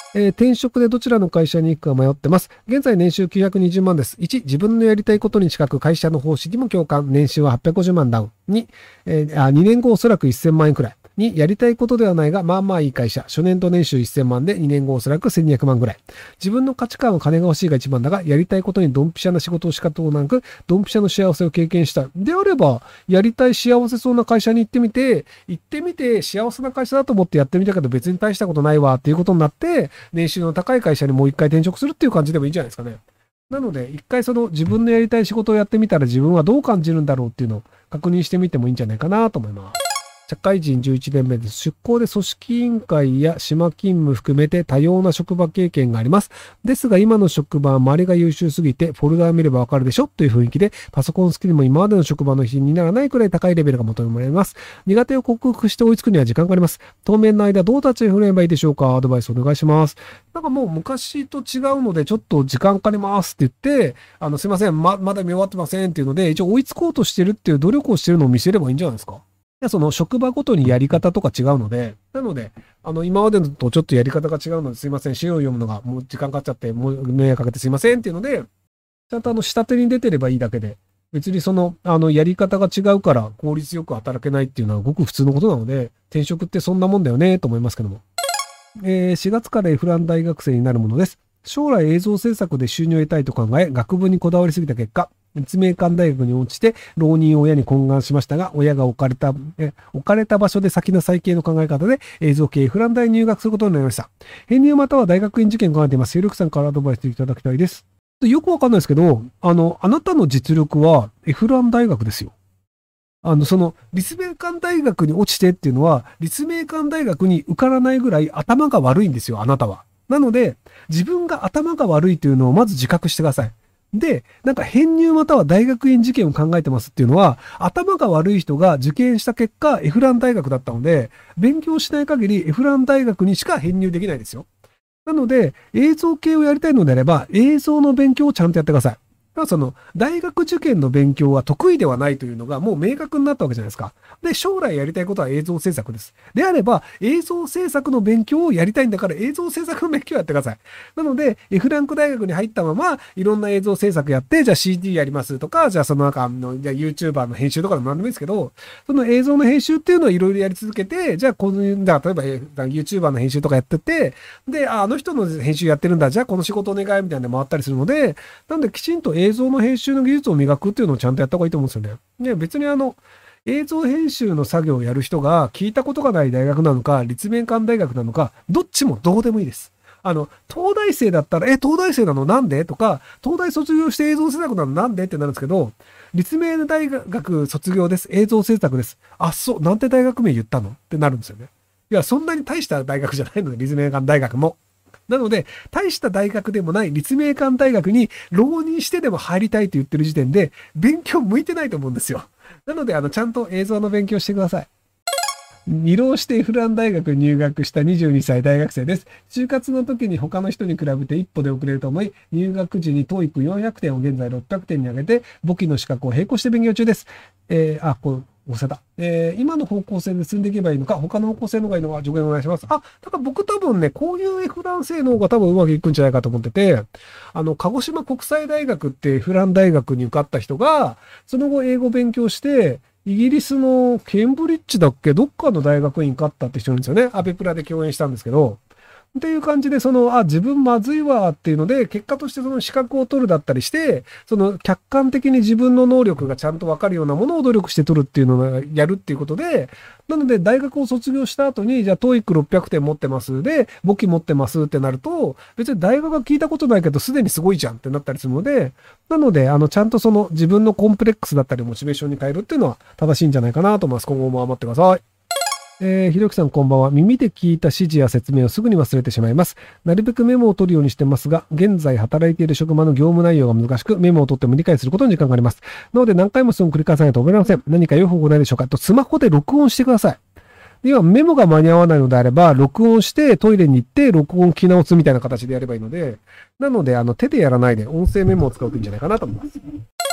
転職でどちらの会社に行くか迷ってます。現在年収920万です。1、自分のやりたいことに近く会社の方針にも共感。年収は850万ダウン。2、2年後おそらく1000万円くらい。2、やりたいことではないが、まあまあいい会社。初年度年収1000万で2年後おそらく1200万ぐらい。自分の価値観は金が欲しいが一番だが、やりたいことにドンピシャな仕事をしかとなく、ドンピシャの幸せを経験したい。であれば、やりたい幸せそうな会社に行ってみて幸せな会社だと思ってやってみたけど別に大したことないわっていうことになって、年収の高い会社にもう一回転職するっていう感じでもいいんじゃないですかね。なので、一回その自分のやりたい仕事をやってみたら自分はどう感じるんだろうっていうのを確認してみてもいいんじゃないかなと思います。社会人11年目です。出向で組織委員会や島勤務含めて多様な職場経験があります。ですが今の職場は周りが優秀すぎてフォルダを見ればわかるでしょという雰囲気でパソコンスキルも今までの職場の比にならないくらい高いレベルが求められます。苦手を克服して追いつくには時間がかかります。当面の間どう立ち振ればいいでしょうか。アドバイスお願いします。なんかもう昔と違うのでちょっと時間かかりますって言って、すいません、まだ見終わってませんっていうので一応追いつこうとしてるっていう努力をしてるのを見せればいいんじゃないですか。その職場ごとにやり方とか違うので、なので、今までのとちょっとやり方が違うのですいません、資料を読むのがもう時間かかっちゃって、もう迷惑かけてすいませんっていうので、ちゃんと下手に出てればいいだけで、別にやり方が違うから効率よく働けないっていうのはごく普通のことなので、転職ってそんなもんだよね、と思いますけども。4月から F ラン大学生になるものです。将来映像制作で収入を得たいと考え、学部にこだわりすぎた結果、立命館大学に落ちて浪人を親に懇願しましたが、親が置かれた場所で先の再建の考え方で映像系 F ラン大に入学することになりました。編入または大学院受験を考えています。有力さんからアドバイスいただきたいです。よくわかんないですけど、あなたの実力は F ラン大学ですよ。立命館大学に落ちてっていうのは、立命館大学に受からないぐらい頭が悪いんですよ、あなたは。なので、自分が頭が悪いというのをまず自覚してください。で、編入または大学院受験を考えてますっていうのは、頭が悪い人が受験した結果、エフラン大学だったので、勉強しない限りエフラン大学にしか編入できないですよ。なので、映像系をやりたいのであれば、映像の勉強をちゃんとやってください。大学受験の勉強は得意ではないというのがもう明確になったわけじゃないですか。で、将来やりたいことは映像制作です。であれば、映像制作の勉強をやりたいんだから映像制作の勉強をやってください。なので、F ランク大学に入ったまま、いろんな映像制作やって、じゃあ CD やりますとか、じゃあじゃあ YouTuber の編集とかでも何でもいいですけど、その映像の編集っていうのをいろいろやり続けて、じゃあ例えば YouTuber の編集とかやってて、で、あの人の編集やってるんだ、じゃあこの仕事お願いみたいなの回ったりするので、なんできちんと映像の編集の技術を磨くっていうのをちゃんとやった方がいいと思うんですよね。で、別に映像編集の作業をやる人が聞いたことがない大学なのか、立命館大学なのか、どっちもどうでもいいです。東大生だったら、東大生なのなんでとか、東大卒業して映像制作なのなんでってなるんですけど、立命大学卒業です。映像制作です。あ、そう、なんて大学名言ったのってなるんですよね。いや、そんなに大した大学じゃないので、立命館大学も。なので、大した大学でもない立命館大学に浪人してでも入りたいと言ってる時点で、勉強向いてないと思うんですよ。なので、ちゃんと映像の勉強してください。二浪してエフラン大学に入学した22歳大学生です。就活の時に他の人に比べて一歩で遅れると思い、入学時に TOEIC400 点を現在600点に上げて、簿記の資格を並行して勉強中です。今の方向性で進んでいけばいいのか、他の方向性の方がいいのか、助言お願いします。だから僕多分ね、こういう F ラン生の方が多分うまくいくんじゃないかと思ってて、鹿児島国際大学って F ラン大学に受かった人が、その後英語勉強して、イギリスのケンブリッジだっけどっかの大学院受かったって人いるんですよね。アベプラで共演したんですけど。っていう感じで、自分まずいわっていうので、結果としてその資格を取るだったりして、客観的に自分の能力がちゃんとわかるようなものを努力して取るっていうのをやるっていうことで、なので大学を卒業した後に、じゃあ TOEIC600 点持ってますで、簿記持ってますってなると、別に大学が聞いたことないけど、すでにすごいじゃんってなったりするので、なので、ちゃんと自分のコンプレックスだったりモチベーションに変えるっていうのは正しいんじゃないかなと思います。今後も頑張ってください。ひろゆきさんこんばんは。耳で聞いた指示や説明をすぐに忘れてしまいます。なるべくメモを取るようにしてますが、現在働いている職場の業務内容が難しく、メモを取っても理解することに時間があります。なので何回もその繰り返さないと覚えられません。何か良い方法ないでしょうかスマホで録音してください。今メモが間に合わないのであれば、録音してトイレに行って録音機直すみたいな形でやればいいので、なので手でやらないで音声メモを使うといいんじゃないかなと思います。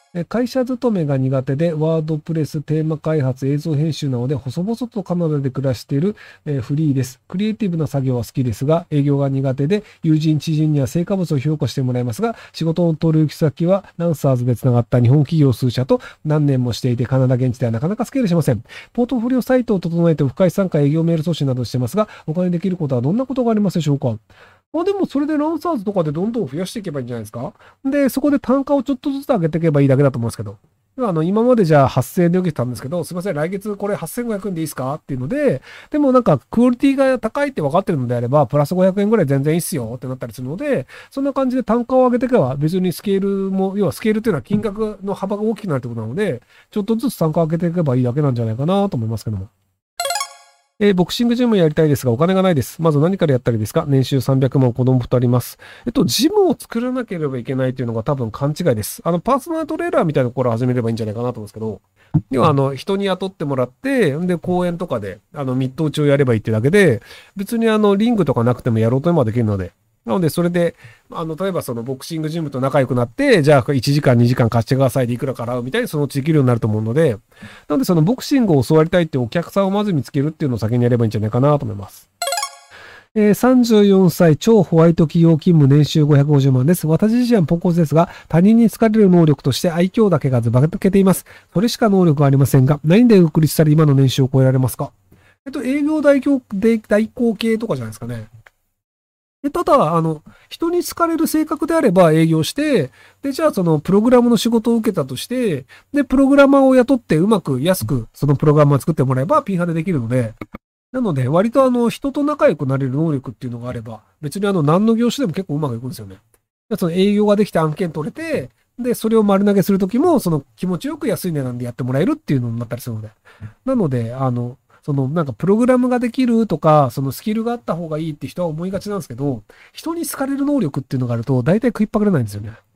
会社勤めが苦手で、ワードプレス、テーマ開発、映像編集などで細々とカナダで暮らしている、フリーです。クリエイティブな作業は好きですが、営業が苦手で、友人、知人には成果物を評価してもらいますが、仕事の取引先はランサーズでつながった日本企業数社と何年もしていて、カナダ現地ではなかなかスケールしません。ポートフォリオサイトを整えて、オフ会参加、営業メール送信などしてますが、お金できることはどんなことがありますでしょうか？まあでもそれでランサーズとかでどんどん増やしていけばいいんじゃないですか？で、そこで単価をちょっとずつ上げていけばいいだけだと思うんですけど。今までじゃあ8000円で受けてたんですけど、すいません、来月これ8500円でいいですかっていうので、でもなんかクオリティが高いって分かってるのであれば、プラス500円ぐらい全然いいっすよってなったりするので、そんな感じで単価を上げていけば別にスケールも、要はスケールっていうのは金額の幅が大きくなるってことなので、ちょっとずつ単価を上げていけばいいだけなんじゃないかなと思いますけども。ボクシングジムやりたいですが、お金がないです。まず何からやったらいいですか？年収300万、子供2人います。ジムを作らなければいけないというのが多分勘違いです。パーソナルトレーラーみたいなところを始めればいいんじゃないかなと思うんですけど、要は人に雇ってもらって、で、公園とかで、ミット打ちをやればいいってだけで、別にリングとかなくてもやろうと思えばできるので、なので、それで、例えばそのボクシングジムと仲良くなって、じゃあ1時間2時間貸してくださいでいくら払うみたいにそのうちできるようになると思うので、なのでそのボクシングを教わりたいってお客さんをまず見つけるっていうのを先にやればいいんじゃないかなと思います。34歳、超ホワイト企業勤務、年収550万です。私自身はポンコツですが、他人に好かれる能力として愛嬌だけがずば抜けています。それしか能力がありませんが、何で独立したら今の年収を超えられますか？営業代行系とかじゃないですかね。ただ、人に好かれる性格であれば営業して、で、じゃあそのプログラムの仕事を受けたとして、で、プログラマーを雇ってうまく安くそのプログラムを作ってもらえばピンハネできるので、なので、割と人と仲良くなれる能力っていうのがあれば、別に何の業種でも結構うまくいくんですよね。その営業ができて案件取れて、で、それを丸投げするときも、その気持ちよく安い値段でやってもらえるっていうのになったりするので。なので、なんかプログラムができるとか、そのスキルがあった方がいいって人は思いがちなんですけど、人に好かれる能力っていうのがあると、大体食いっぱぐれないんですよね。